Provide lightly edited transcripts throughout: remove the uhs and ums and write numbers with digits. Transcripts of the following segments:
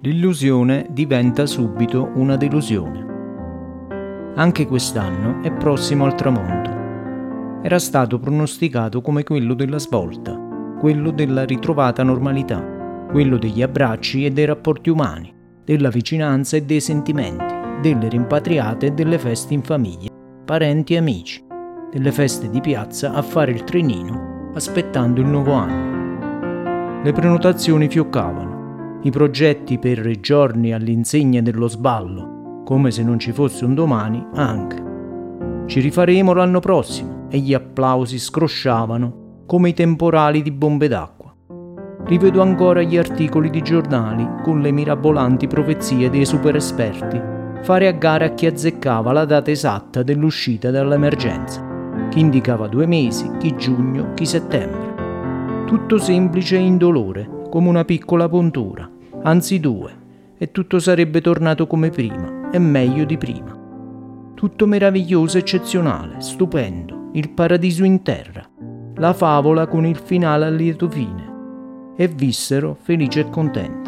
l'illusione diventa subito una delusione. Anche quest'anno è prossimo al tramonto. Era stato pronosticato come quello della svolta, quello della ritrovata normalità, quello degli abbracci e dei rapporti umani, della vicinanza e dei sentimenti, delle rimpatriate e delle feste in famiglia, parenti e amici, delle feste di piazza a fare il trenino aspettando il nuovo anno. Le prenotazioni fioccavano, i progetti per i giorni all'insegna dello sballo, come se non ci fosse un domani, anche. Ci rifaremo l'anno prossimo e gli applausi scrosciavano come i temporali di bombe d'acqua. Rivedo ancora gli articoli di giornali con le mirabolanti profezie dei super esperti, fare a gara a chi azzeccava la data esatta dell'uscita dall'emergenza, chi indicava 2 mesi, chi giugno, chi settembre. Tutto semplice e indolore, come una piccola puntura, anzi 2, e tutto sarebbe tornato come prima, e meglio di prima. Tutto meraviglioso, eccezionale, stupendo, il paradiso in terra, la favola con il finale a lieto fine. E vissero felici e contenti.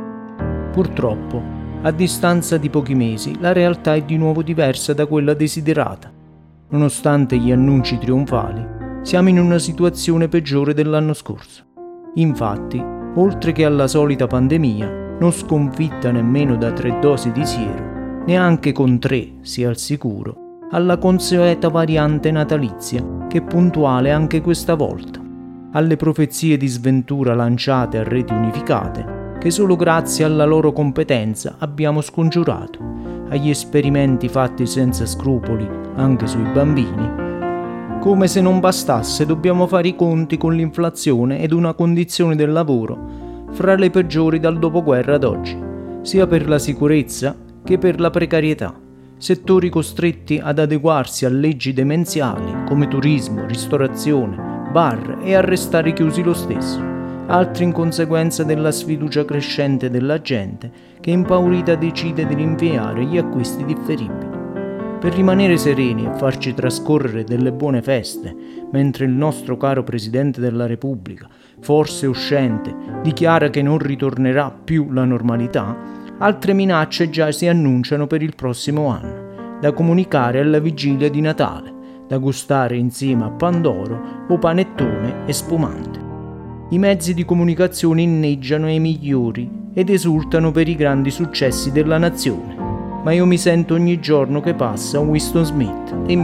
Purtroppo, a distanza di pochi mesi, la realtà è di nuovo diversa da quella desiderata. Nonostante gli annunci trionfali, siamo in una situazione peggiore dell'anno scorso. Infatti, oltre che alla solita pandemia, non sconfitta nemmeno da 3 dosi di siero, neanche con 3 sia al sicuro, alla consueta variante natalizia, che è puntuale anche questa volta, alle profezie di sventura lanciate a reti unificate, che solo grazie alla loro competenza abbiamo scongiurato, agli esperimenti fatti senza scrupoli anche sui bambini. Come se non bastasse, dobbiamo fare i conti con l'inflazione ed una condizione del lavoro fra le peggiori dal dopoguerra ad oggi, sia per la sicurezza che per la precarietà. Settori costretti ad adeguarsi a leggi demenziali come turismo, ristorazione, bar e a restare chiusi lo stesso. Altri in conseguenza della sfiducia crescente della gente che impaurita decide di rinviare gli acquisti differibili. Per rimanere sereni e farci trascorrere delle buone feste, mentre il nostro caro Presidente della Repubblica, forse uscente, dichiara che non ritornerà più la normalità, altre minacce già si annunciano per il prossimo anno, da comunicare alla vigilia di Natale, da gustare insieme a Pandoro o panettone e spumante. I mezzi di comunicazione inneggiano ai migliori ed esultano per i grandi successi della nazione. Ma io mi sento ogni giorno che passa un Winston Smith del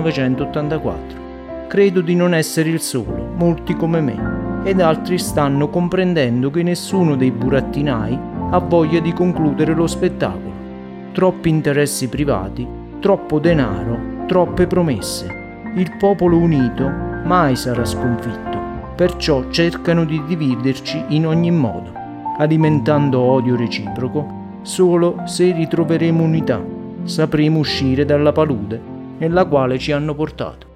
1984. Credo di non essere il solo, molti come me, ed altri stanno comprendendo che nessuno dei burattinai ha voglia di concludere lo spettacolo. Troppi interessi privati, troppo denaro, troppe promesse. Il popolo unito mai sarà sconfitto, perciò cercano di dividerci in ogni modo, alimentando odio reciproco. Solo se ritroveremo unità, sapremo uscire dalla palude nella quale ci hanno portato.